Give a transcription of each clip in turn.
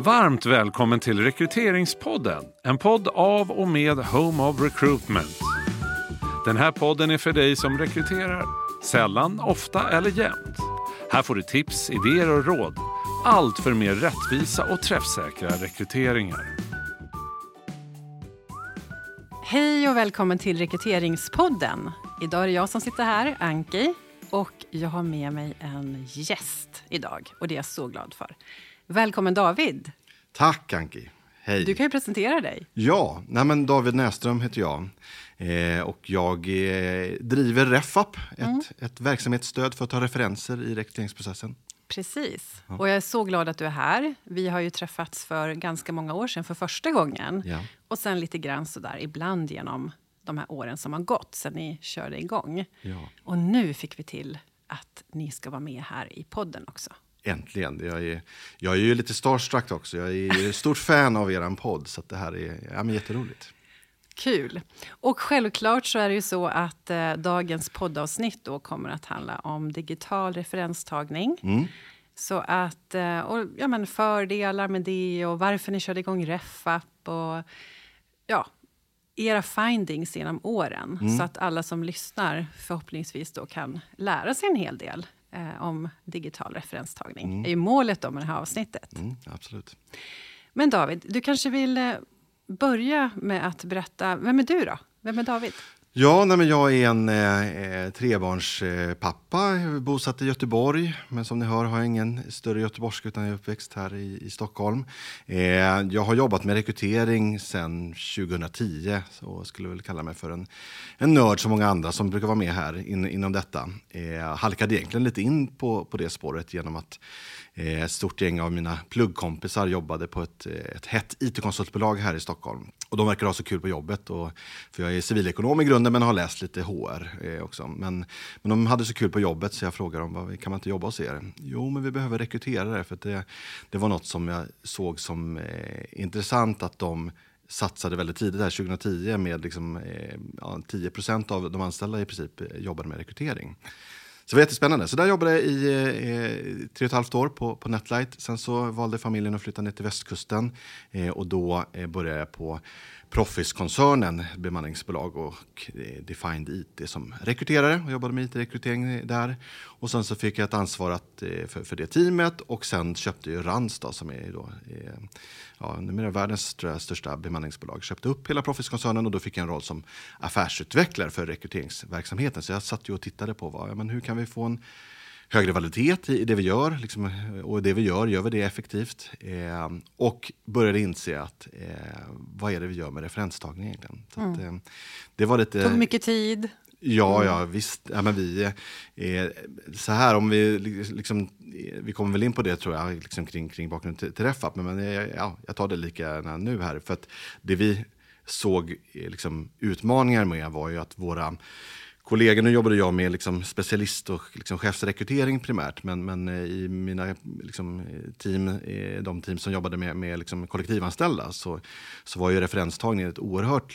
Varmt välkommen till Rekryteringspodden, en podd av och med Home of Recruitment. Den här podden är för dig som rekryterar, sällan, ofta eller jämt. Här får du tips, idéer och råd, allt för mer rättvisa och träffsäkra rekryteringar. Hej och välkommen till Rekryteringspodden. Idag är det jag som sitter här, Anki, och jag har med mig en gäst idag och det är jag så glad för. Välkommen David. Tack Anki, hej. Du kan ju presentera dig. Ja, David Näström heter jag och jag driver RefUp, ett verksamhetsstöd för att ta referenser i rekryteringsprocessen. Precis, och jag är så glad att du är här. Vi har ju träffats för ganska många år sedan för första gången. Ja. Och sen lite grann sådär ibland genom de här åren som har gått sedan ni körde igång. Ja. Och nu fick vi till att ni ska vara med här i podden också. Äntligen. Jag är ju lite starstruck också. Jag är stort fan av eran podd så att det här är jätteroligt. Kul. Och självklart så är det ju så att dagens poddavsnitt då kommer att handla om digital referenstagning. Så att, fördelar med det och varför ni körde igång RefUp och era findings genom åren. Så att alla som lyssnar förhoppningsvis då kan lära sig en hel del om digital referenstagning. Det är ju målet då med det här avsnittet. Absolut. Men David, du kanske vill börja med att berätta, vem är du då? Vem är David? Ja, jag är en trebarnspappa, bosatt i Göteborg. Men som ni hör har jag ingen större göteborgska utan jag är uppväxt här i Stockholm. Jag har jobbat med rekrytering sedan 2010 och skulle väl kalla mig för en nörd som många andra som brukar vara med här inom detta. Halkade egentligen lite in på det spåret genom att ett stort gäng av mina pluggkompisar jobbade på ett hett IT-konsultbolag här i Stockholm. Och de verkar ha så kul på jobbet. För jag är civilekonom i grunden men har läst lite HR också. Men de hade så kul på jobbet så jag frågade dem, kan man inte jobba hos er? Jo, men vi behöver rekryterare för att det var något som jag såg som intressant att de satsade väldigt tidigt här 2010 med 10% av de anställda i princip jobbade med rekrytering. Så det var jättespännande. Så där jobbade jag i 3,5 år på Netlight. Sen så valde familjen att flytta ner till västkusten. Och då började jag på Proffice-koncernen, bemanningsbolag och Defined IT som rekryterare. Och jobbade med IT-rekrytering där. Och sen så fick jag ett ansvar för det teamet. Och sen köpte jag Randstad som är då numera världens största bemanningsbolag. Köpte upp hela Proffice-koncernen och då fick jag en roll som affärsutvecklare för rekryteringsverksamheten. Så jag satt ju och tittade på hur kan vi få en högre validitet i det vi gör. Och det vi gör vi det effektivt. Och började inse att vad är det vi gör med referenstagning egentligen. Så att, det var lite... Tog mycket tid. Ja, visst. Ja, men vi så här om vi kommer väl in på det tror jag kring bakgrunden till RefUp. Men jag tar det lika gärna nu här. För att det vi såg utmaningar med var ju att våra kollegor, nu jobbade jag med specialist och chefsrekrytering primärt, men i mina team, de team som jobbade med kollektivanställda så var ju referenstagningen ett oerhört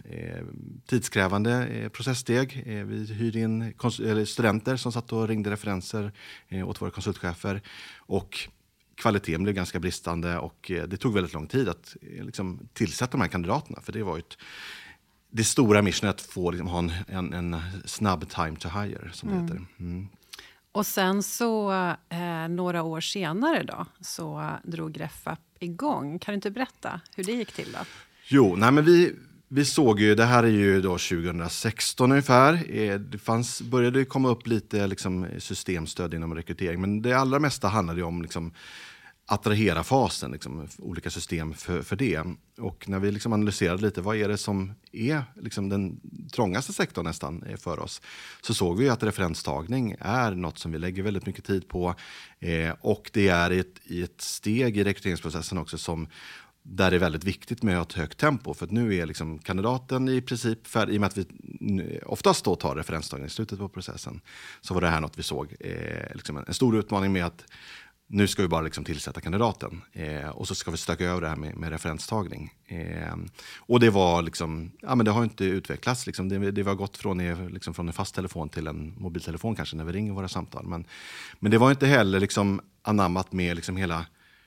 tidskrävande processsteg. Vi hyrde in studenter som satt och ringde referenser åt våra konsultchefer och kvaliteten blev ganska bristande och det tog väldigt lång tid att tillsätta de här kandidaterna, för det var ju det stora missionen att få ha en snabb time to hire som det heter. Och sen så några år senare då så drog RefUp igång. Kan du inte berätta hur det gick till då? Jo, men vi såg ju, det här är ju då 2016 ungefär. Det började komma upp lite systemstöd inom rekrytering, men det allra mesta handlade ju om attrahera fasen, olika system för det. Och när vi analyserade lite, vad är det som är den trångaste sektorn nästan för oss, så såg vi att referenstagning är något som vi lägger väldigt mycket tid på. Och det är i ett steg i rekryteringsprocessen också där det är väldigt viktigt med ett högt tempo. För att nu är kandidaten i princip färdig, i och med att vi oftast då tar referenstagning i slutet på processen. Så var det här något vi såg en stor utmaning med att nu ska vi bara tillsätta kandidaten och så ska vi stöka över det här med referenstagning. Och det var men det har inte utvecklats. Det har gått från en fast telefon till en mobiltelefon kanske när vi ringer våra samtal. Men det var inte heller anammat med hela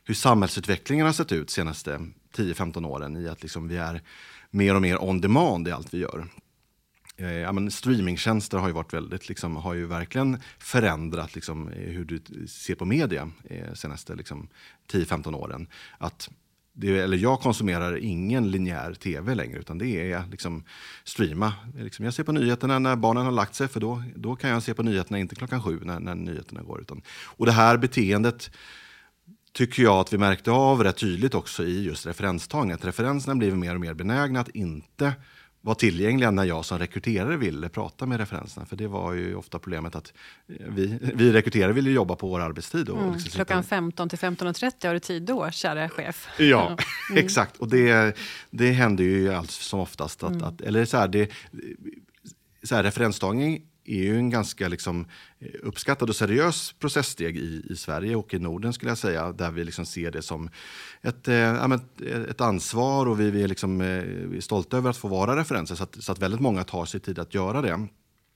hur samhällsutvecklingen har sett ut senaste 10-15 åren i att liksom vi är mer och mer on demand i allt vi gör. Streamingtjänster har ju varit väldigt, liksom, har ju verkligen förändrat liksom, hur du ser på media senaste liksom, 10-15 åren. Att jag konsumerar ingen linjär tv längre, utan det är liksom streama. Jag ser på nyheterna när barnen har lagt sig, för då kan jag se på nyheterna inte 7 när nyheterna går. Och det här beteendet tycker jag att vi märkte av rätt tydligt också i just referenstagning. Att referenserna blev mer och mer benägna att inte vara tillgängliga när jag som rekryterare ville prata med referenserna. För det var ju ofta problemet att vi rekryterare ville jobba på vår arbetstid. Och liksom klockan 15 till 15.30 har du tid då, kära chef. Ja, exakt. Och det händer ju allt som oftast. Referenstagning är ju en ganska liksom uppskattad och seriös processsteg i Sverige och i Norden, skulle jag säga, där vi liksom ser det som ett ansvar, och vi är liksom stolta över att få vara referenser, så att väldigt många tar sig tid att göra det.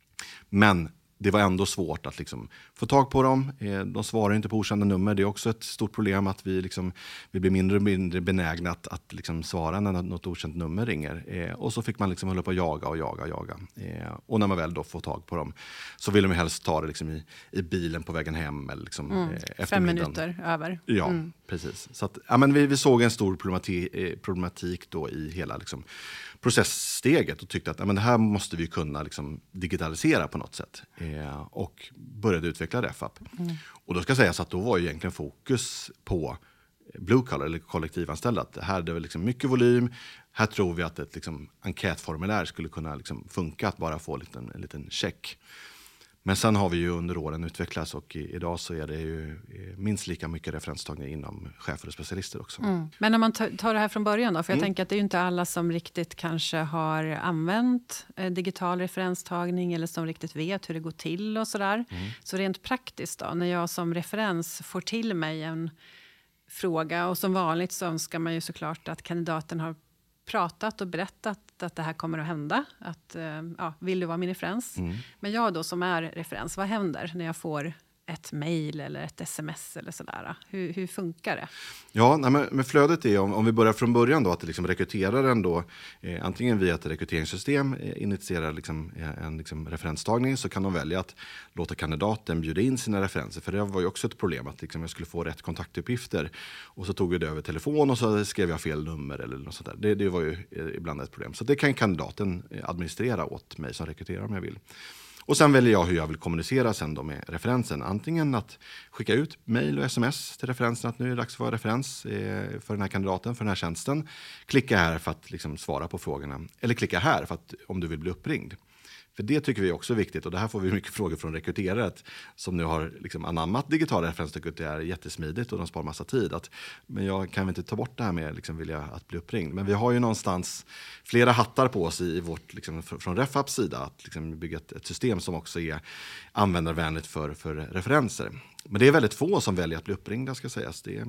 Men det var ändå svårt att liksom få tag på dem. De svarar inte på okända nummer. Det är också ett stort problem att vi blir mindre och mindre benägna att liksom svara när något okänt nummer ringer. Och så fick man liksom hålla på att jaga. Och när man väl då får tag på dem så vill de helst ta det liksom i bilen på vägen hem. Eller liksom, 5 minuter över. Ja, precis. Så att, vi såg en stor problematik då i hela liksom processsteget och tyckte att det här måste vi kunna liksom digitalisera på något sätt. Och började utveckla RefApp. Och då ska sägas att då var ju egentligen fokus på blue collar eller kollektivanställda. Att här är det liksom mycket volym. Här tror vi att ett liksom enkätformulär skulle kunna liksom funka, att bara få en liten check. Men sen har vi ju under åren utvecklats, och idag så är det ju minst lika mycket referenstagning inom chefer och specialister också. Men när man tar det här från början då, för jag tänker att det är ju inte alla som riktigt kanske har använt digital referenstagning eller som riktigt vet hur det går till och sådär. Så rent praktiskt då, när jag som referens får till mig en fråga, och som vanligt så önskar man ju såklart att kandidaten har pratat och berättat att det här kommer att hända. Att, vill du vara min referens? Men jag då som är referens, vad händer när jag får ett mejl eller ett sms eller sådär? Hur funkar det? Ja, men flödet är, om vi börjar från början då, att liksom rekryteraren då, antingen via ett rekryteringssystem initierar liksom en liksom referenstagning, så kan de välja att låta kandidaten bjuda in sina referenser. För det var ju också ett problem att liksom jag skulle få rätt kontaktuppgifter, och så tog vi det över telefon och så skrev jag fel nummer eller något sånt där. Det var ju ibland ett problem. Så det kan kandidaten administrera åt mig som rekryterare om jag vill. Och sen väljer jag hur jag vill kommunicera sen då med referensen. Antingen att skicka ut mejl och sms till referensen att nu är det dags för referens för den här kandidaten, för den här tjänsten. Klicka här för att liksom svara på frågorna. Eller klicka här för att om du vill bli uppringd. För det tycker vi också är viktigt, och det här får vi mycket frågor från rekryterare som nu har liksom anammat digitala referenser, och det är jättesmidigt och de sparar massa tid. Men jag kan väl inte ta bort det här med liksom vilja att bli uppringd. Men vi har ju någonstans flera hattar på oss i vårt, liksom, från RefApps sida, att liksom bygga ett system som också är användarvänligt för referenser. Men det är väldigt få som väljer att bli uppringda, ska sägas. Det är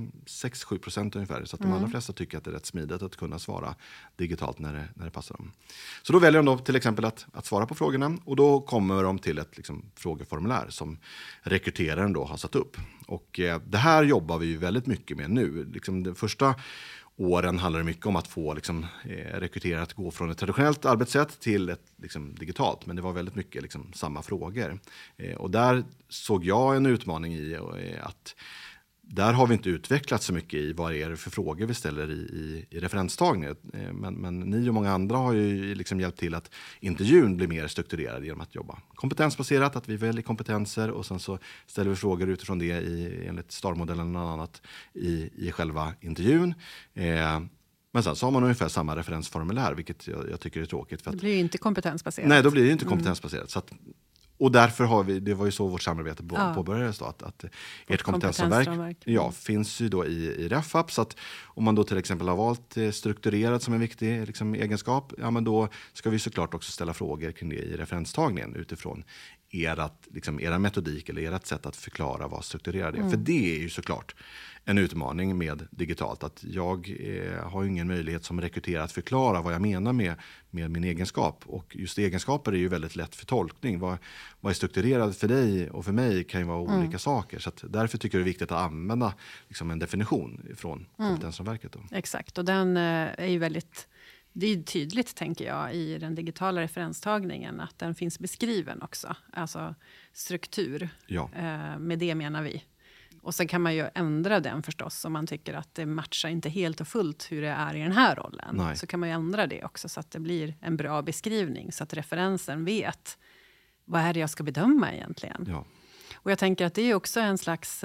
6-7% ungefär. Så att de allra flesta tycker att det är rätt smidigt att kunna svara digitalt när det passar dem. Så då väljer de då till exempel att svara på frågorna. Och då kommer de till ett liksom frågeformulär som rekryteraren då har satt upp. Och det här jobbar vi ju väldigt mycket med nu. Liksom de första åren handlar det mycket om att få liksom, rekryterare att gå från ett traditionellt arbetssätt till ett liksom, digitalt. Men det var väldigt mycket liksom, samma frågor. Och där såg jag en utmaning i att där har vi inte utvecklat så mycket i vad är det för frågor vi ställer i referenstagningen. Men ni och många andra har ju liksom hjälpt till att intervjun blir mer strukturerad genom att jobba kompetensbaserat, att vi väljer kompetenser och sen så ställer vi frågor utifrån det enligt STAR-modellen och något annat i själva intervjun. Men sen så har man ungefär samma referensformulär, vilket jag tycker är tråkigt. För att, det blir ju inte kompetensbaserat. Nej, då blir det inte kompetensbaserat. Så att, och därför har vi, det var ju så vårt samarbete påbörjades då, att ert kompetensramverk finns ju då i RefApp. Så att om man då till exempel har valt strukturerat som en viktig liksom, egenskap, men då ska vi såklart också ställa frågor kring det i referenstagningen utifrån era metodik eller ert sätt att förklara vad strukturerad är. För det är ju såklart en utmaning med digitalt. Att jag har ingen möjlighet som rekryterare att förklara vad jag menar med min egenskap. Och just egenskaper är ju väldigt lätt för tolkning. Vad är strukturerad för dig och för mig kan ju vara olika saker. Så att därför tycker jag det är viktigt att använda en definition från Kompetensverket. Exakt, och den är ju väldigt... Det är tydligt, tänker jag, i den digitala referenstagningen att den finns beskriven också. Alltså struktur, med det menar vi. Och sen kan man ju ändra den förstås om man tycker att det matchar inte helt och fullt hur det är i den här rollen. Nej. Så kan man ju ändra det också så att det blir en bra beskrivning. Så att referensen vet vad är det jag ska bedöma egentligen. Ja. Och jag tänker att det är också en slags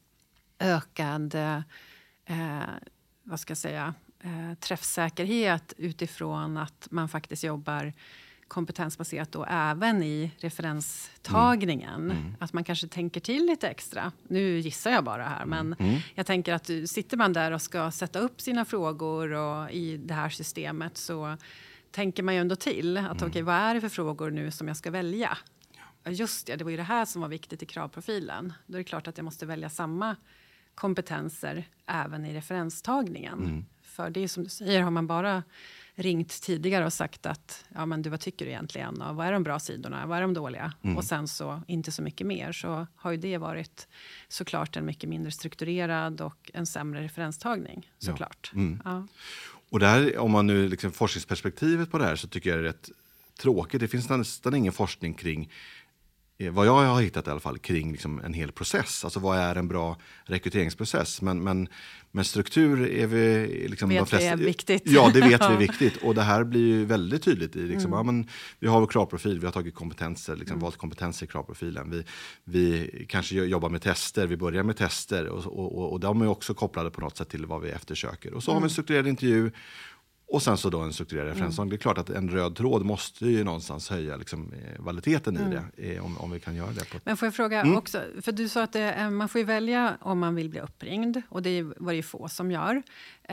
ökad, vad ska jag säga, träffsäkerhet utifrån att man faktiskt jobbar kompetensbaserat då även i referenstagningen. Att man kanske tänker till lite extra. Nu gissar jag bara här, men jag tänker att sitter man där och ska sätta upp sina frågor och i det här systemet så tänker man ju ändå till att okej, vad är det för frågor nu som jag ska välja? Just det var ju det här som var viktigt i kravprofilen. Då är det klart att jag måste välja samma kompetenser även i referenstagningen. För det är som du säger, har man bara ringt tidigare och sagt att ja, men du, vad tycker du egentligen? Och vad är de bra sidorna? Vad är de dåliga? Och sen så inte så mycket mer, så har ju det varit såklart en mycket mindre strukturerad och en sämre referenstagning såklart. Ja. Och där, om man nu forskningsperspektivet på det här, så tycker jag det är rätt tråkigt. Det finns nästan ingen forskning kring vad jag har hittat i alla fall kring en hel process. Alltså vad är en bra rekryteringsprocess? Men struktur är vi... vet de flesta, är viktigt. Ja, det vet vi är viktigt. Och det här blir ju väldigt tydligt. Ja, men vi har vår kravprofil, vi har tagit kompetenser, valt kompetenser i kravprofilen. Vi kanske jobbar med tester, vi börjar med tester. Och de är också kopplade på något sätt till vad vi eftersöker. Och så har vi en strukturerad intervju. Och sen så då en strukturerad referenstagning. Det är klart att en röd tråd måste ju någonstans höja validiteten i det. Om vi kan göra det. Men får jag fråga också, för du sa att man får ju välja om man vill bli uppringd. Och det var det ju få som gör.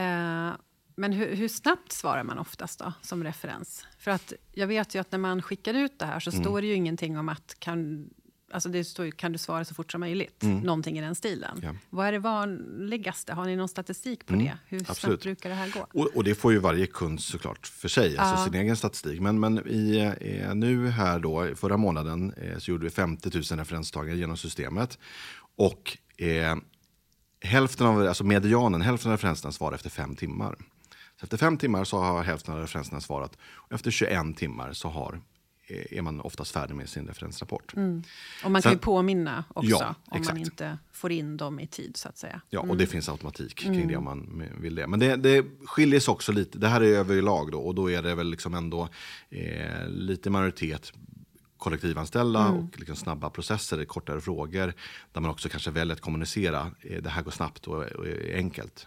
Men hur snabbt svarar man oftast då som referens? För att jag vet ju att när man skickar ut det här så står det ju ingenting om att alltså det står ju, kan du svara så fort som möjligt? Någonting i den stilen. Ja. Vad är det vanligaste? Har ni någon statistik på det? Hur snabbt brukar det här gå? Och det får ju varje kund såklart för sig, alltså sin egen statistik. Men nu här då, förra månaden så gjorde vi 50 000 referenstagare genom systemet. Och hälften av referenserna svarar efter 5 timmar. Så efter 5 timmar så har hälften av referenserna svarat. Och efter 21 timmar så är man oftast färdig med sin referensrapport. Och man kan ju påminna också om exakt. man inte får in dem i tid så att säga. Ja, och det finns automatik kring det om man vill det. Men det skiljer sig också lite. Det här är överlag då, och då är det väl ändå lite majoritet kollektivanställda och snabba processer, kortare frågor där man också kanske väljer att kommunicera. Det här går snabbt och är enkelt.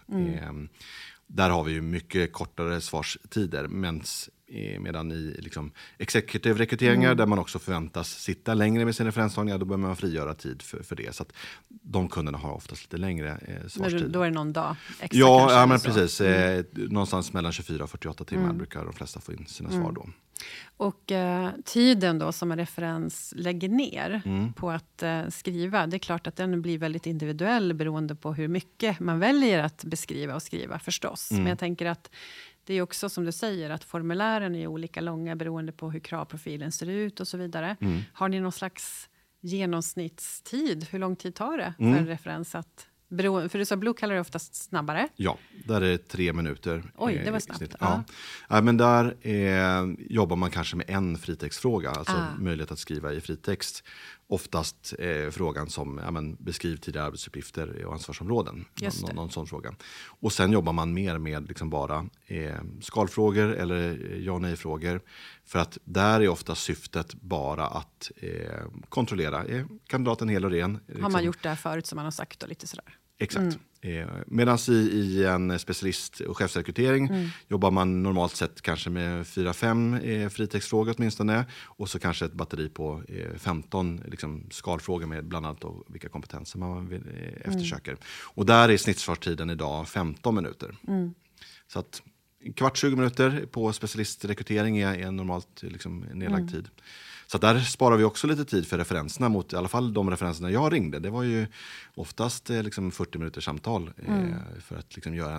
Där har vi ju mycket kortare svarstider, medan i executive rekryteringar där man också förväntas sitta längre med sin referenstagningar, då behöver man frigöra tid för det. Så att de kunderna har oftast lite längre svarstid. Då är det någon dag extra Ja, men precis. Någonstans mellan 24 och 48 timmar brukar de flesta få in sina svar då. Och tiden då som en referens lägger ner på att skriva, det är klart att den blir väldigt individuell beroende på hur mycket man väljer att beskriva och skriva förstås. Men jag tänker att det är också som du säger att formulären är olika långa beroende på hur kravprofilen ser ut och så vidare. Har ni någon slags genomsnittstid? Hur lång tid tar det för en referens att... För du sa Blue Color är oftast snabbare. Ja, där är det 3 minuter. Oj, det var snabbt. Ja, men där jobbar man kanske med en fritextfråga. Alltså möjlighet att skriva i fritext. Oftast frågan som beskriv tidigare arbetsuppgifter och ansvarsområden. Någon sån fråga. Och sen jobbar man mer med bara skalfrågor eller ja och nej-frågor. För att där är ofta syftet bara att kontrollera. Är kandidaten hel och ren? Har man gjort det här förut som man har sagt och lite sådär? Exakt. Medan i en specialist- och chefsrekrytering jobbar man normalt sett kanske med 4-5 fritextfrågor åtminstone. Och så kanske ett batteri på 15 skalfrågor med bland annat vilka kompetenser man eftersöker. Och där är snittsvarstiden idag 15 minuter. Så att 15-20 minuter på specialistrekrytering är normalt nedlagd tid. Så där sparar vi också lite tid för referenserna mot i alla fall de referenserna jag ringde. Det var ju oftast liksom 40 minuters samtal för att liksom göra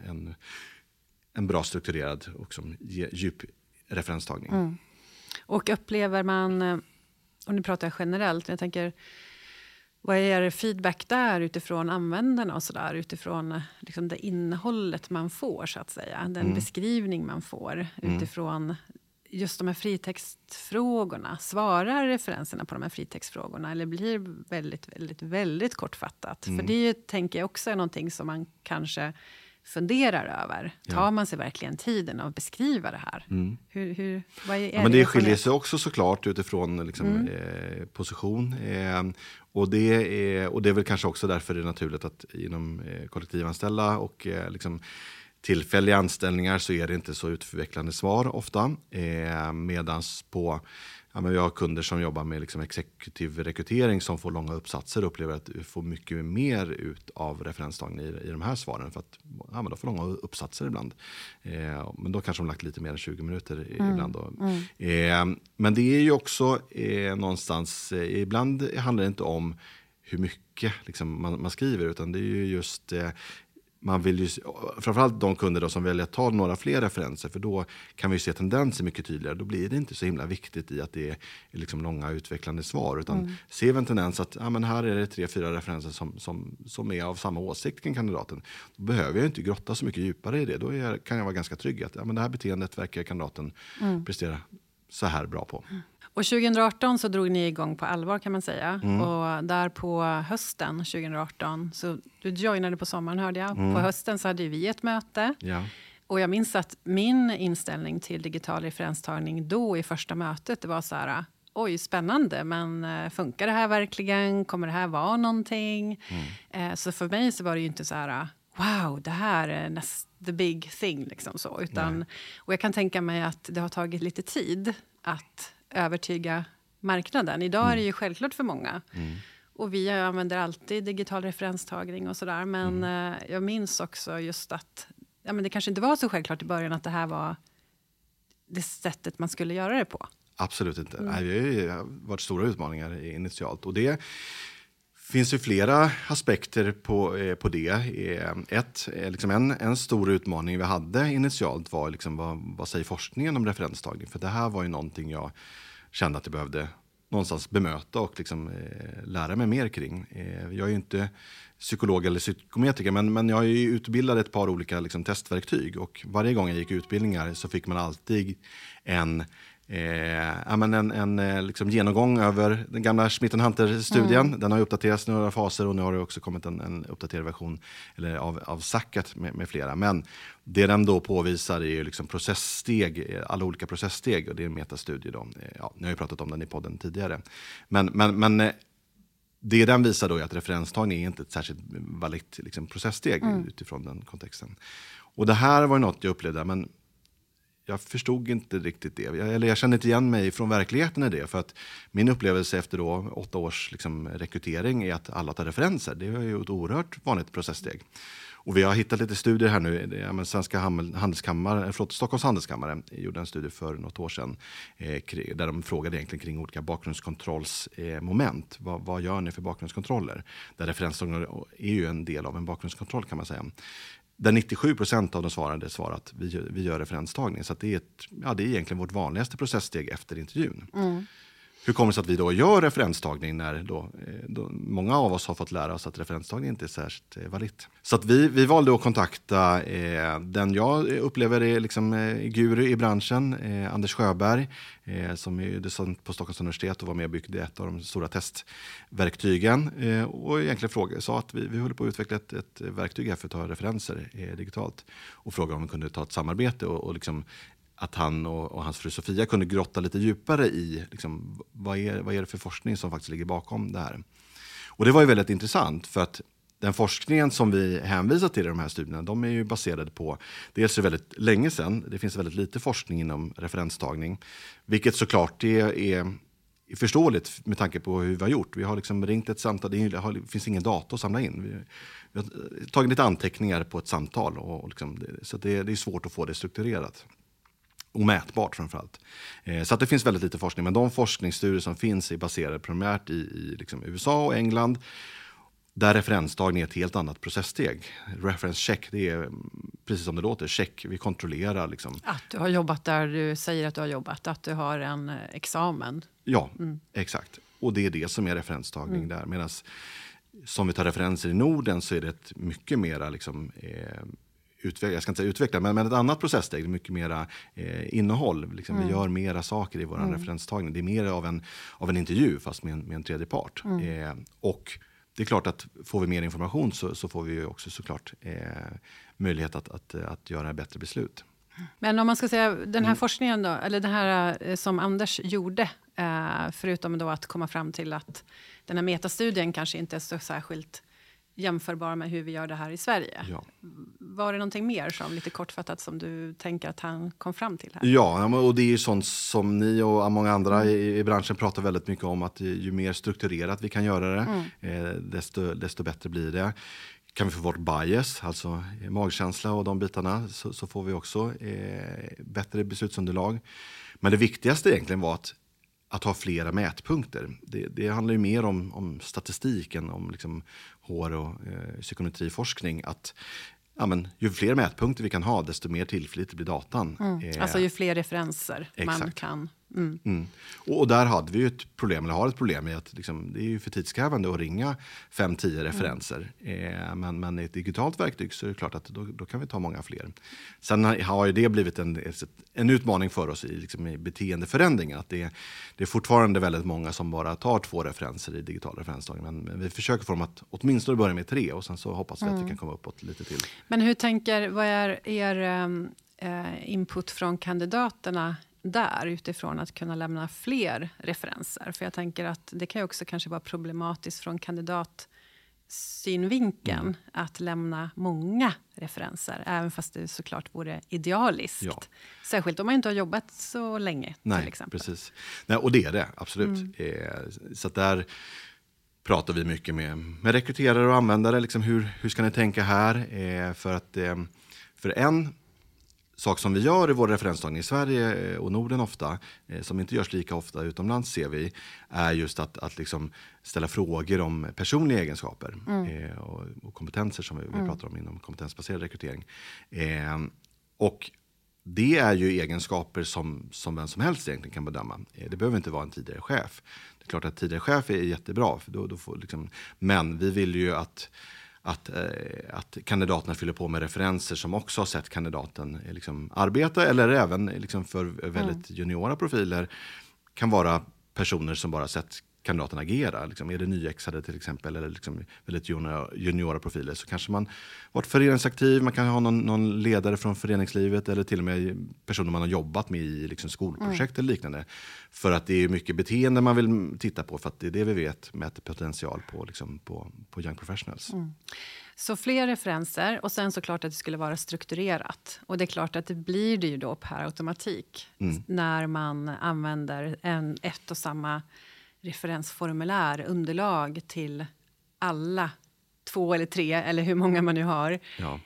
en bra strukturerad och djup referenstagning. Och upplever man, och nu pratar jag generellt, men jag tänker, vad är feedback där utifrån användarna och sådär, utifrån liksom det innehållet man får så att säga, den beskrivning man får utifrån just de här fritextfrågorna. Svarar referenserna på de här fritextfrågorna eller blir väldigt, väldigt, väldigt kortfattat? För det tänker jag också är någonting som man kanske funderar över. Tar man sig verkligen tiden att beskriva det här? Vad är men det skiljer sig också såklart utifrån liksom, position. Och det är väl kanske också därför det är naturligt att inom kollektivanställda och liksom tillfälliga anställningar så är det inte så utvecklande svar ofta. Medans på, vi har kunder som jobbar med liksom exekutiv rekrytering som får långa uppsatser och upplever att vi får mycket mer ut av referenstagning i de här svaren. För att de får långa uppsatser ibland. Men då kanske de lagt lite mer än 20 minuter ibland. Då. Men det är ju också någonstans, ibland handlar det inte om hur mycket liksom, man skriver utan det är ju just... man vill ju, framförallt de kunder då som väljer att ta några fler referenser för då kan vi ju se tendenser mycket tydligare. Då blir det inte så himla viktigt i att det är liksom långa utvecklande svar utan ser vi en tendens att men här är det 3-4 referenser som är av samma åsikt kring kandidaten. Då behöver jag inte grotta så mycket djupare i det. Då kan jag vara ganska trygg att det här beteendet verkar kandidaten prestera så här bra på. Och 2018 så drog ni igång på allvar kan man säga. Och där på hösten 2018, så du joinade på sommaren hörde jag. På hösten så hade vi ett möte. Ja. Och jag minns att min inställning till digital referenstagning då i första mötet, det var så här, oj spännande, men funkar det här verkligen? Kommer det här vara någonting? Så för mig så var det ju inte så här, wow, det här är the big thing liksom så. Utan, och jag kan tänka mig att det har tagit lite tid att övertyga marknaden. Idag är det ju självklart för många. Och vi använder alltid digital referenstagning och sådär. Men jag minns också just att men det kanske inte var så självklart i början att det här var det sättet man skulle göra det på. Absolut inte. Nej, det har varit stora utmaningar initialt. Och det finns ju flera aspekter på det. Liksom en stor utmaning vi hade initialt var liksom, vad säger forskningen om referenstagning? För det här var ju någonting jag kände att jag behövde någonstans bemöta och liksom, lära mig mer kring. Jag är ju inte psykolog eller psykometriker men jag är ju utbildad ett par olika liksom, testverktyg och varje gång jag gick utbildningar så fick man alltid en liksom genomgång över den gamla Schmidt-Hunter-studien. Den har uppdaterats några faser och nu har det också kommit en uppdaterad version av Sackett med flera. Men det den då påvisar är ju liksom processsteg, alla olika processsteg och det är en metastudie då. Ni har ju pratat om den i podden tidigare. Men det den visar då är att referenstagning är inte ett särskilt validt liksom, processsteg utifrån den kontexten. Och det här var något jag upplevde, men jag förstod inte riktigt det. Jag kände inte igen mig från verkligheten i det. För att min upplevelse efter då 8 års liksom, rekrytering är att alla tar referenser. Det är ju ett oerhört vanligt processsteg. Och vi har hittat lite studier här nu. Svenska handelskammare, Stockholms handelskammare gjorde en studie för något år sedan. Där de frågade egentligen kring olika bakgrundskontrollsmoment. Vad gör ni för bakgrundskontroller? Där referenstagning är ju en del av en bakgrundskontroll kan man säga. Där 97% av de svarade att vi gör referenstagning. Så att det är egentligen vårt vanligaste processsteg efter intervjun. Hur kommer det sig att vi då gör referenstagning när då många av oss har fått lära oss att referenstagning inte är särskilt validt. Så att vi valde att kontakta den jag upplever är liksom guru i branschen, Anders Sjöberg, som är docent på Stockholms universitet och var med och byggde ett av de stora testverktygen. Och egentligen sa att vi håller på att utveckla ett verktyg här för att ta referenser digitalt. Och frågade om vi kunde ta ett samarbete och liksom att han och hans fru Sofia kunde grotta lite djupare i liksom, vad är det för forskning som faktiskt ligger bakom det här. Och det var ju väldigt intressant för att den forskningen som vi hänvisar till i de här studierna, de är ju baserade på, dels är det väldigt länge sedan, det finns väldigt lite forskning inom referenstagning, vilket såklart är förståeligt med tanke på hur vi har gjort. Vi har liksom ringt ett samtal, det finns ingen data att samla in. Vi har tagit lite anteckningar på ett samtal, och liksom, så det är svårt att få det strukturerat. och mätbart framförallt. Så att det finns väldigt lite forskning, men de forskningsstudier som finns är baserade primärt i liksom USA och England, där referenstagning är ett helt annat processsteg. Reference check, det är precis som det låter, check, vi kontrollerar liksom. Att du har jobbat där du säger att du har jobbat, att du har en examen. Ja, exakt. Och det är det som är referenstagning där. Medan som vi tar referenser i Norden så är det ett mycket mera liksom, jag ska inte säga utveckla, men ett annat processsteg, mycket mera innehåll. Liksom, vi gör mera saker i vår referenstagning. Det är mer av en intervju fast med en tredje part. Och det är klart att får vi mer information så får vi ju också såklart möjlighet att göra bättre beslut. Men om man ska säga den här forskningen då, eller det här som Anders gjorde, förutom då att komma fram till att den här metastudien kanske inte är så särskilt jämförbar med hur vi gör det här i Sverige. Ja. Var det någonting mer som lite kortfattat som du tänker att han kom fram till här? Ja, och det är ju sånt som ni och många andra i branschen pratar väldigt mycket om, att ju mer strukturerat vi kan göra det, desto bättre blir det. Kan vi få bort bias, alltså magkänsla och de bitarna, så får vi också bättre beslutsunderlag. Men det viktigaste egentligen var att ha flera mätpunkter. Det handlar ju mer om statistiken, om liksom HR och psykometriforskning. Att ju fler mätpunkter vi kan ha, desto mer tillförlitlig blir datan. Alltså ju fler referenser exakt. Man kan. Och där hade vi ju ett problem i att liksom, det är ju för tidskrävande att ringa 5-10 referenser. Men i ett digitalt verktyg så är det klart att då kan vi ta många fler. Sen har ju det blivit en utmaning för oss i beteendeförändring. Att det är fortfarande väldigt många som bara tar 2 referenser i digital referenstagning. Men vi försöker få dem att åtminstone börja med 3 och sen så hoppas vi att vi kan komma uppåt lite till. Men vad är er input från kandidaterna där utifrån att kunna lämna fler referenser? För jag tänker att det kan ju också kanske vara problematiskt från kandidatsynvinkeln att lämna många referenser, även fast det såklart vore idealiskt. Ja. Särskilt om man inte har jobbat så länge till exempel. Precis. Nej, och det är det, absolut. Så att där pratar vi mycket med rekryterare och användare. Liksom hur ska ni tänka här? För en sak som vi gör i vår referenstagning i Sverige och Norden ofta, som inte görs lika ofta utomlands ser vi, är just att liksom ställa frågor om personliga egenskaper och kompetenser som vi pratar om inom kompetensbaserad rekrytering. Och det är ju egenskaper som vem som helst egentligen kan bedöma. Det behöver inte vara en tidigare chef. Det är klart att tidigare chef är jättebra, för då får liksom, men vi vill ju att kandidaterna fyller på med referenser som också har sett kandidaten liksom arbeta, eller även liksom för väldigt juniora profiler kan vara personer som bara sett kandidaten agera. Liksom, är det nyexade till exempel eller liksom väldigt juniora profiler, så kanske man varit föreningsaktiv, man kan ha någon ledare från föreningslivet eller till och med personer man har jobbat med i liksom skolprojekt eller liknande. För att det är mycket beteende man vill titta på, för att det är det vi vet mäter potential på, liksom på young professionals. Så fler referenser, och sen såklart att det skulle vara strukturerat. Och det är klart att det blir det ju då per automatik när man använder ett och samma referensformulär, underlag till alla 2 eller 3 eller hur många man nu har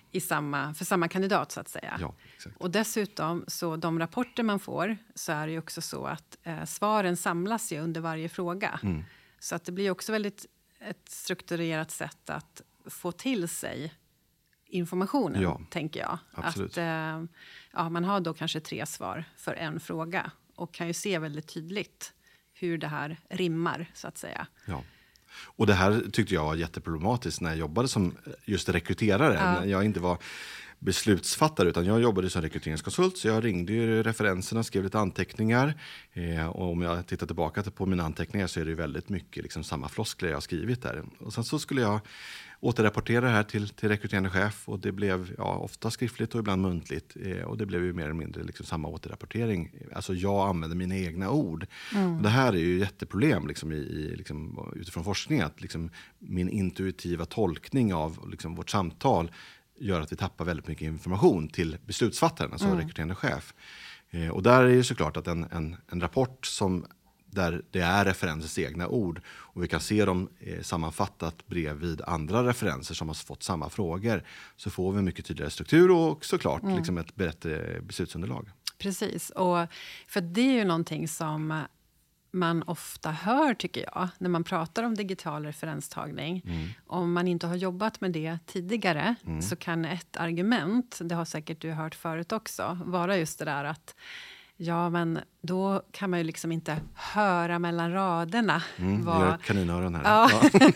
för samma kandidat så att säga. Ja, exakt. Och dessutom så de rapporter man får, så är det ju också så att svaren samlas ju under varje fråga. Så att det blir också väldigt ett strukturerat sätt att få till sig informationen, tänker jag. Absolut. Att man har då kanske 3 svar för en fråga och kan ju se väldigt tydligt hur det här rimmar, så att säga. Ja. Och det här tyckte jag var jätteproblematiskt när jag jobbade som just rekryterare. När jag inte var beslutsfattare, utan jag jobbade som rekryteringskonsult, så jag ringde ju referenserna, skrev lite anteckningar. Och om jag tittar tillbaka på mina anteckningar så är det väldigt mycket liksom samma floskler jag har skrivit där. Och sen så skulle jag återrapportera det här till rekryterande chef, och det blev ofta skriftligt och ibland muntligt. Och det blev ju mer eller mindre liksom samma återrapportering. Alltså jag använde mina egna ord. Och det här är ju ett jätteproblem liksom utifrån forskning, att liksom min intuitiva tolkning av liksom vårt samtal gör att vi tappar väldigt mycket information till beslutsfattaren, alltså rekryterande chef. Och där är ju såklart att en rapport där det är referensers egna ord och vi kan se dem sammanfattat bredvid andra referenser som har fått samma frågor, så får vi mycket tydligare struktur och såklart liksom ett bättre beslutsunderlag. Precis. Och för det är ju någonting som man ofta hör, tycker jag, när man pratar om digital referenstagning. Om man inte har jobbat med det tidigare så kan ett argument, det har säkert du hört förut också, vara just det där att ja, men då kan man ju liksom inte höra mellan raderna. Gör kaninöron här. Ja.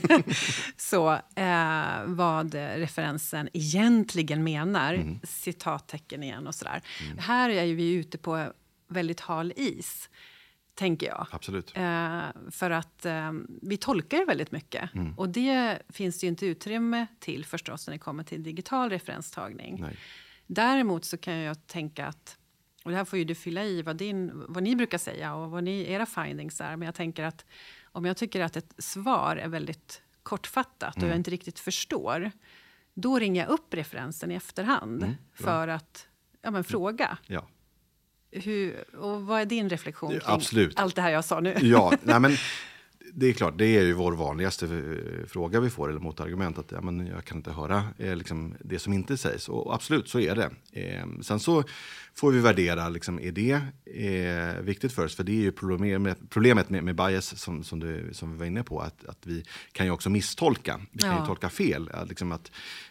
Så vad referensen egentligen menar. Citattecken igen och sådär. Här är ju vi ute på väldigt hal is, tänker jag. Absolut. För att vi tolkar väldigt mycket. Och det finns ju inte utrymme till förstås när det kommer till digital referenstagning. Nej. Däremot så kan jag tänka att, och det här får ju du fylla i vad ni brukar säga och vad era findings är. Men jag tänker att om jag tycker att ett svar är väldigt kortfattat och jag inte riktigt förstår, då ringer jag upp referensen i efterhand för att fråga. Ja. Och vad är din reflektion kring Absolut. allt det här jag sa nu? Ja, nej men det är klart, det är ju vår vanligaste fråga vi får, eller motargument, att jag kan inte höra liksom, det som inte sägs. Och absolut, så är det. Sen så får vi värdera, liksom, är det viktigt för oss? För det är ju problemet med bias som vi var inne på, att vi kan ju också misstolka. Vi kan ju tolka fel. Liksom att,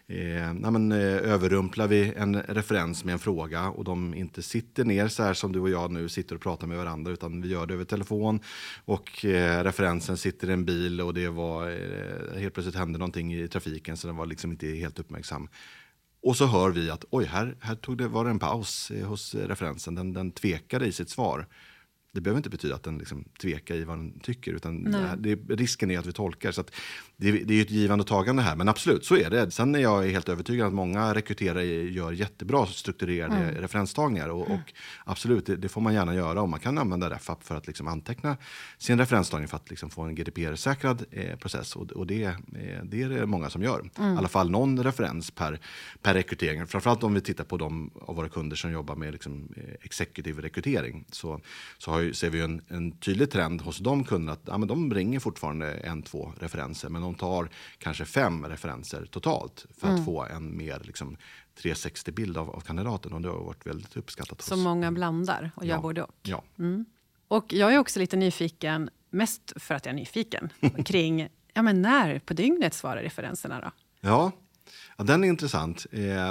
överrumplar vi en referens med en fråga och de inte sitter ner så här som du och jag nu sitter och pratar med varandra, utan vi gör det över telefon och referensen sitter i en bil och det var helt plötsligt hände någonting i trafiken så den var liksom inte helt uppmärksam. Och så hör vi att var det en paus hos referensen. Den tvekade i sitt svar. Det behöver inte betyda att den liksom tvekar i vad den tycker, utan risken är att vi tolkar. Så att det är ju ett givande och tagande här, men absolut, så är det. Sen är jag helt övertygad att många rekryterare gör jättebra strukturerade referenstagningar och absolut, det får man gärna göra, och man kan använda RefApp för att liksom anteckna sin referenstagning för att liksom få en GDPR-säkrad process, och det är det många som gör. I alla fall någon referens per rekrytering. Framförallt om vi tittar på de av våra kunder som jobbar med liksom executive rekrytering, så ser vi en tydlig trend hos de kunderna att men de ringer fortfarande 1-2 referenser, men de tar kanske 5 referenser totalt för att få en mer liksom 360-bild av kandidaten, och det har varit väldigt uppskattat. Så många blandar och gör både och. Ja. Och jag är också lite nyfiken, mest för att jag är nyfiken, kring när på dygnet svarar referenserna då? Ja, den är intressant.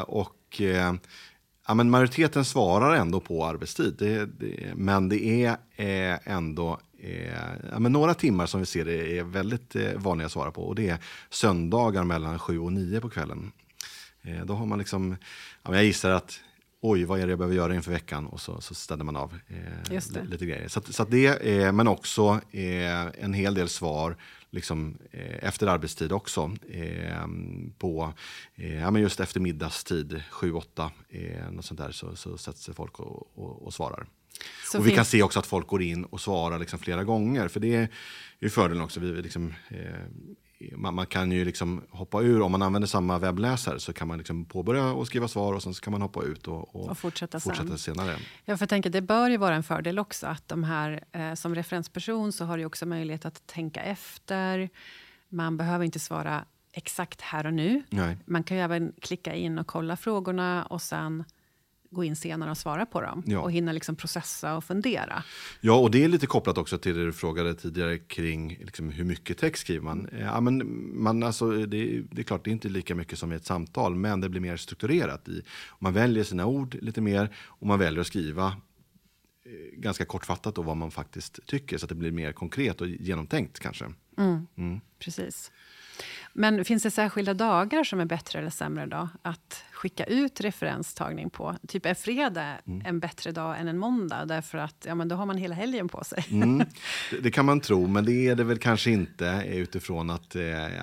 Men majoriteten svarar ändå på arbetstid. Men det är ändå några timmar som vi ser det är väldigt vanliga att svara på. Och det är söndagar mellan 7 och 9 på kvällen. Då har man liksom, jag gissar att vad är det jag behöver göra inför veckan, och så ställer man av lite grejer. Så att det, men också en hel del svar liksom, efter arbetstid också, på just efter middagstid 7-8, något sånt där, så sätter sig folk och svarar. Så och vi kan se också att folk går in och svarar liksom flera gånger, för det är ju fördelen också. Vi liksom, man kan ju liksom hoppa ur, om man använder samma webbläsare så kan man liksom påbörja och skriva svar, och sen så kan man hoppa ut och fortsätta senare. Ja, för jag tänker, det bör ju vara en fördel också att de här som referensperson så har du också möjlighet att tänka efter. Man behöver inte svara exakt här och nu. Nej. Man kan ju även klicka in och kolla frågorna och sen gå in senare och svara på dem. Ja. Och hinna liksom processa och fundera. Ja, och det är lite kopplat också till det du frågade tidigare kring liksom hur mycket text skriver man. Det är klart, det är inte lika mycket som i ett samtal, men det blir mer strukturerat. Man väljer sina ord lite mer, och man väljer att skriva ganska kortfattat vad man faktiskt tycker, så att det blir mer konkret och genomtänkt kanske. Precis. Men finns det särskilda dagar som är bättre eller sämre då att skicka ut referenstagning på? Typ är fredag en bättre dag än en måndag, därför att då har man hela helgen på sig. Det kan man tro, men det är det väl kanske inte, utifrån att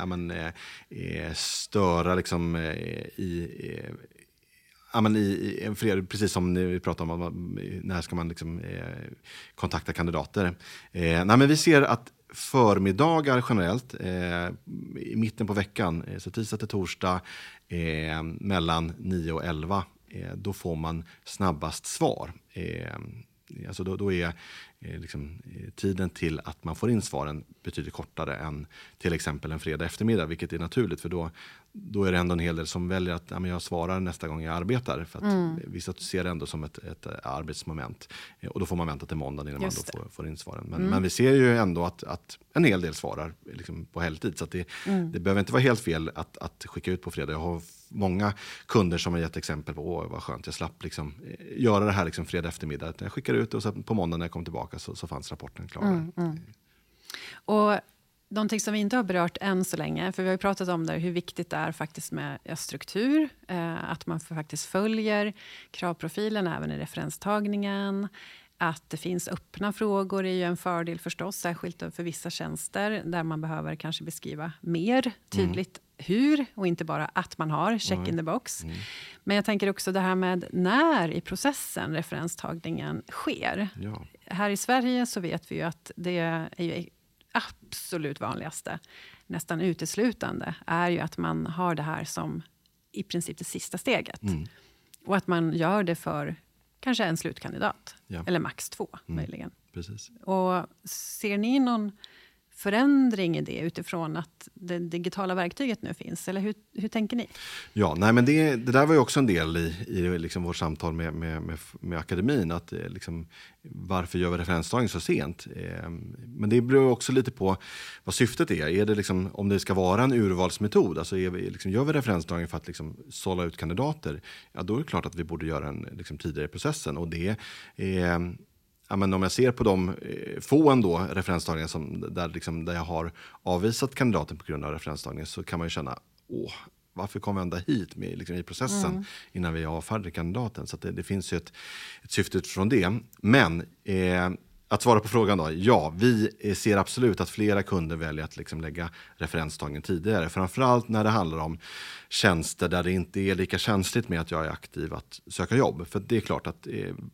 störa liksom i en fredag, precis som vi pratade om, när ska man liksom kontakta kandidater. Men vi ser att förmiddagar generellt, i mitten på veckan, så tisdag till torsdag, mellan 9 och 11, då får man snabbast svar. Alltså då är liksom tiden till att man får in svaren betydligt kortare än till exempel en fredag eftermiddag, vilket är naturligt, för då då är det ändå en hel del som väljer att jag svarar nästa gång jag arbetar. För att vissa ser det ändå som ett arbetsmoment. Och då får man vänta till måndag innan man då får in svaren. Men vi ser ju ändå att en hel del svarar liksom på heltid. Så att det behöver inte vara helt fel att skicka ut på fredag. Jag har många kunder som har gett exempel på vad skönt, jag slapp liksom göra det här liksom fredag eftermiddag. Jag skickar ut och så på måndag när jag kom tillbaka så fanns rapporten klar. Och någonting som vi inte har berört än så länge, för vi har ju pratat om det, hur viktigt det är faktiskt med struktur, att man faktiskt följer kravprofilen även i referenstagningen, att det finns öppna frågor är ju en fördel förstås, särskilt för vissa tjänster där man behöver kanske beskriva mer tydligt hur och inte bara att man har check in the box. Men jag tänker också det här med när i processen referenstagningen sker. Ja. Här i Sverige så vet vi ju att det är ju absolut vanligaste, nästan uteslutande, är ju att man har det här som i princip det sista steget. Och att man gör det för kanske en slutkandidat. Ja. Eller max 2 möjligen. Precis. Och ser ni någon förändring i det utifrån att det digitala verktyget nu finns? Eller hur tänker ni? Ja, nej, men det där var ju också en del i liksom vårt samtal med akademin. Att, liksom, varför gör vi referenstagning så sent? Men det beror också lite på vad syftet är. Är det liksom, om det ska vara en urvalsmetod, alltså gör vi referenstagning för att liksom sålla ut kandidater, ja, då är det klart att vi borde göra en liksom, tidigare i processen. Och det är... Ja, men om jag ser på de få ändå referenstagningar där jag har avvisat kandidaten på grund av referenstagning, så kan man ju känna, varför kom vi ända hit med, liksom, i processen innan vi avfärdade kandidaten? Så att det finns ju ett syfte utifrån det. Men att svara på frågan då, ja, vi ser absolut att flera kunder väljer att liksom lägga referenstagningen tidigare. Framförallt när det handlar om tjänster där det inte är lika känsligt med att jag är aktiv att söka jobb. För det är klart att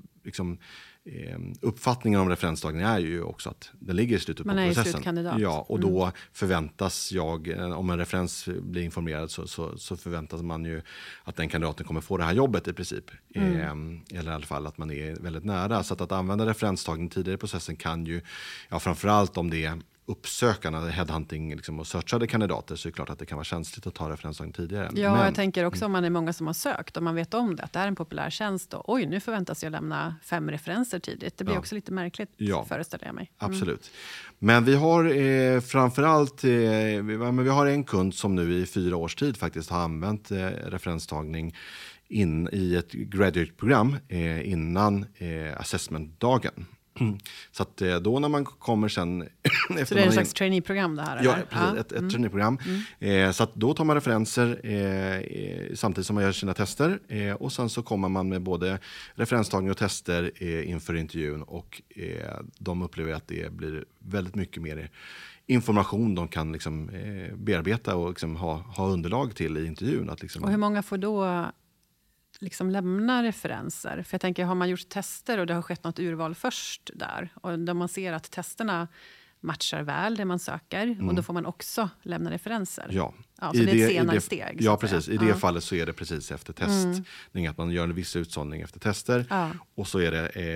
uppfattningen om referenstagning är ju också att den ligger i slutet på processen. Man är slutkandidat. Ja, och då förväntas om en referens blir informerad så förväntas man ju att den kandidaten kommer få det här jobbet i princip. Eller i alla fall att man är väldigt nära. Så att använda referenstagning tidigare i processen kan ju, framförallt om det är uppsökarna, headhunting liksom, och searchade kandidater, så är det klart att det kan vara känsligt att ta referenstagning tidigare. Ja, men jag tänker också om man är många som har sökt och man vet om det, att det är en populär tjänst och nu förväntas jag lämna 5 referenser tidigt. Det blir också lite märkligt, föreställer jag mig. Absolut. Men vi har framförallt vi har en kund som nu i 4 års tid faktiskt har använt referenstagning in i ett graduate-program innan assessment-dagen. Så att då när man kommer sen... Så det är en slags trainee-program det här? Ja, precis, ett trainee-program. Så att då tar man referenser samtidigt som man gör sina tester. Och sen så kommer man med både referenstagning och tester inför intervjun. Och de upplever att det blir väldigt mycket mer information de kan liksom, bearbeta och liksom, ha underlag till i intervjun. Att liksom... Och hur många får då... liksom lämna referenser? För jag tänker, har man gjort tester och det har skett något urval först där, och där man ser att testerna matchar väl det man söker, och då får man också lämna referenser. Ja, så det är ett senare steg. Ja, precis. I det fallet så är det precis efter testning, att man gör en viss utsållning efter tester. Och så är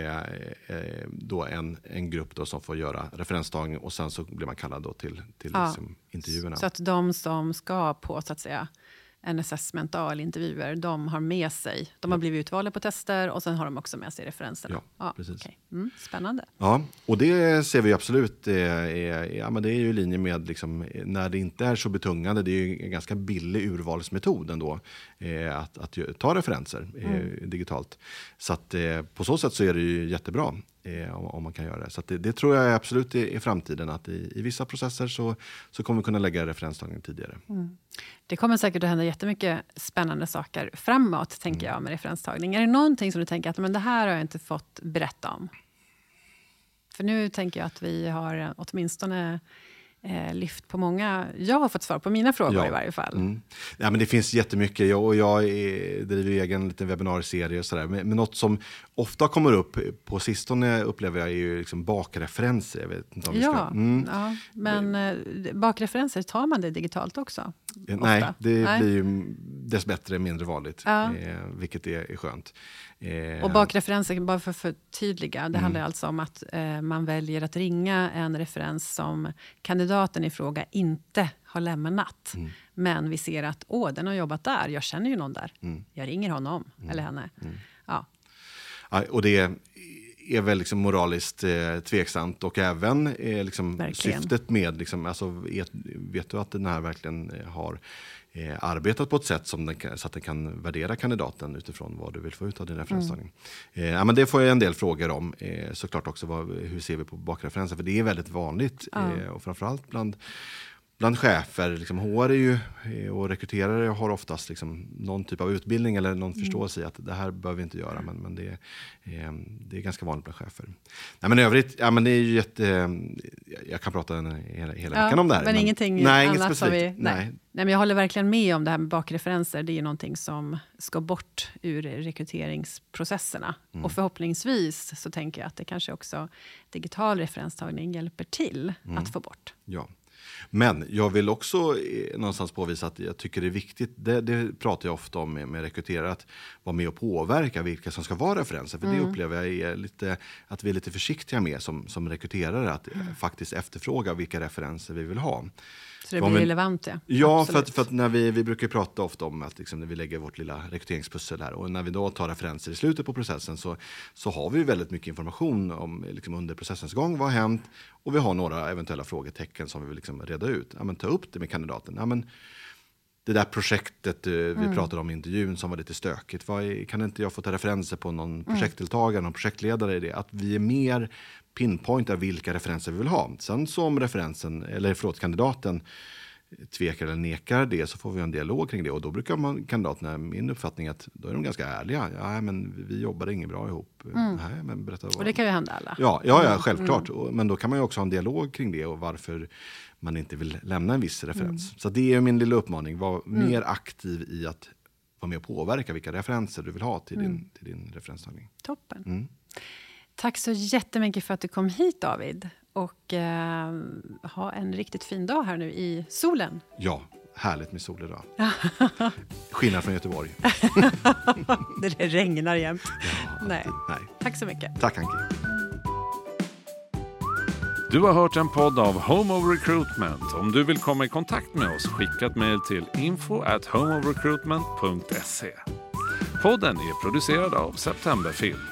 det då en grupp då som får göra referenstagning, och sen så blir man kallad då till liksom intervjuerna. Så att de som ska på, så att säga, en assessment eller intervjuer, de har med sig, de har blivit utvalda på tester och sen har de också med sig referenserna. Ja, precis. Okay. Spännande. Ja, och det ser vi absolut, men det är ju i linje med liksom, när det inte är så betungande, det är ju en ganska billig urvalsmetod ändå, att ta referenser digitalt. Så att på så sätt så är det ju jättebra om man kan göra det. Så att det tror jag absolut är framtiden, att i vissa processer så kommer vi kunna lägga referenstagning tidigare. Det kommer säkert att hända jättemycket spännande saker framåt, tänker jag, med referenstagning. Är det någonting som du tänker att men det här har jag inte fått berätta om? För nu tänker jag att vi har åtminstone lyft på många... Jag har fått svar på mina frågor i varje fall. Ja, men det finns jättemycket. Jag driver egen liten webbinarieserie och sådär. Men något som ofta kommer upp på sistone upplever jag är ju liksom bakreferenser. Jag vet inte om vi ska... Men bakreferenser, tar man det digitalt också? Nej, det blir ju dessbättre mindre vanligt. Vilket är skönt. Och bakreferenser, bara för att förtydliga, det handlar alltså om att man väljer att ringa en referens som kandidaten i fråga inte har lämnat. Men vi ser att den har jobbat där. Jag känner ju någon där. Jag ringer honom eller henne. Ja. Ja, och det är väl liksom moraliskt tveksamt och även liksom syftet med, liksom, alltså, vet du att den här verkligen har arbetat på ett sätt så att den kan värdera kandidaten utifrån vad du vill få ut av din referenstagning. Ja, men det får jag en del frågor om. Såklart också hur ser vi på bakreferenser, för det är väldigt vanligt och framförallt bland chefer, liksom HR är ju, och rekryterare har oftast liksom någon typ av utbildning eller någon förståelse i att det här behöver vi inte göra, men det är ganska vanligt bland chefer. Nej, men i övrigt, ja, men det är ju jag kan prata hela veckan om det här. Men ingenting nej, annat inget specifikt. Nej, men jag håller verkligen med om det här med bakreferenser. Det är ju någonting som ska bort ur rekryteringsprocesserna. Och förhoppningsvis så tänker jag att det kanske också digital referenstagning hjälper till att få bort. Ja. Men jag vill också någonstans påvisa att jag tycker det är viktigt, det pratar jag ofta om med rekryterare, att vara med och påverka vilka som ska vara referenser. För det upplever jag är att vi är lite försiktiga med som rekryterare, att faktiskt efterfråga vilka referenser vi vill ha. Så det blir relevant, Ja, för att när vi brukar prata ofta om att liksom, när vi lägger vårt lilla rekryteringspussel här, och när vi då tar referenser i slutet på processen så har vi väldigt mycket information om liksom, under processens gång, vad har hänt, och vi har några eventuella frågetecken som vi vill liksom, reda ut. Ja, men ta upp det med kandidaten. Ja, men det där projektet vi pratade om i intervjun som var lite stökigt, kan inte jag få ta referenser på någon projektdeltagare, någon projektledare i det? Att vi är mer pinpointar vilka referenser vi vill ha. Sen som kandidaten tvekar eller nekar det, så får vi en dialog kring det, och då brukar kandidaterna, min uppfattning, att då är de ganska ärliga. Ja, men vi jobbar inget bra ihop. Nej, men berätta vad. Och det kan ju hända alla. Ja, självklart. Men då kan man ju också ha en dialog kring det och varför man inte vill lämna en viss referens. Så det är min lilla uppmaning. Var mer aktiv i att vara med och påverka vilka referenser du vill ha till din referenstagning. Toppen. Tack så jättemycket för att du kom hit, David. Och ha en riktigt fin dag här nu i solen. Ja, härligt med sol idag. Skillnad från Göteborg. Det regnar jämt. Ja, Nej. Tack så mycket. Tack, Anki. Du har hört en podd av Home of Recruitment. Om du vill komma i kontakt med oss, skicka ett mejl till info@homeofrecruitment.se. Podden är producerad av Septemberfilm.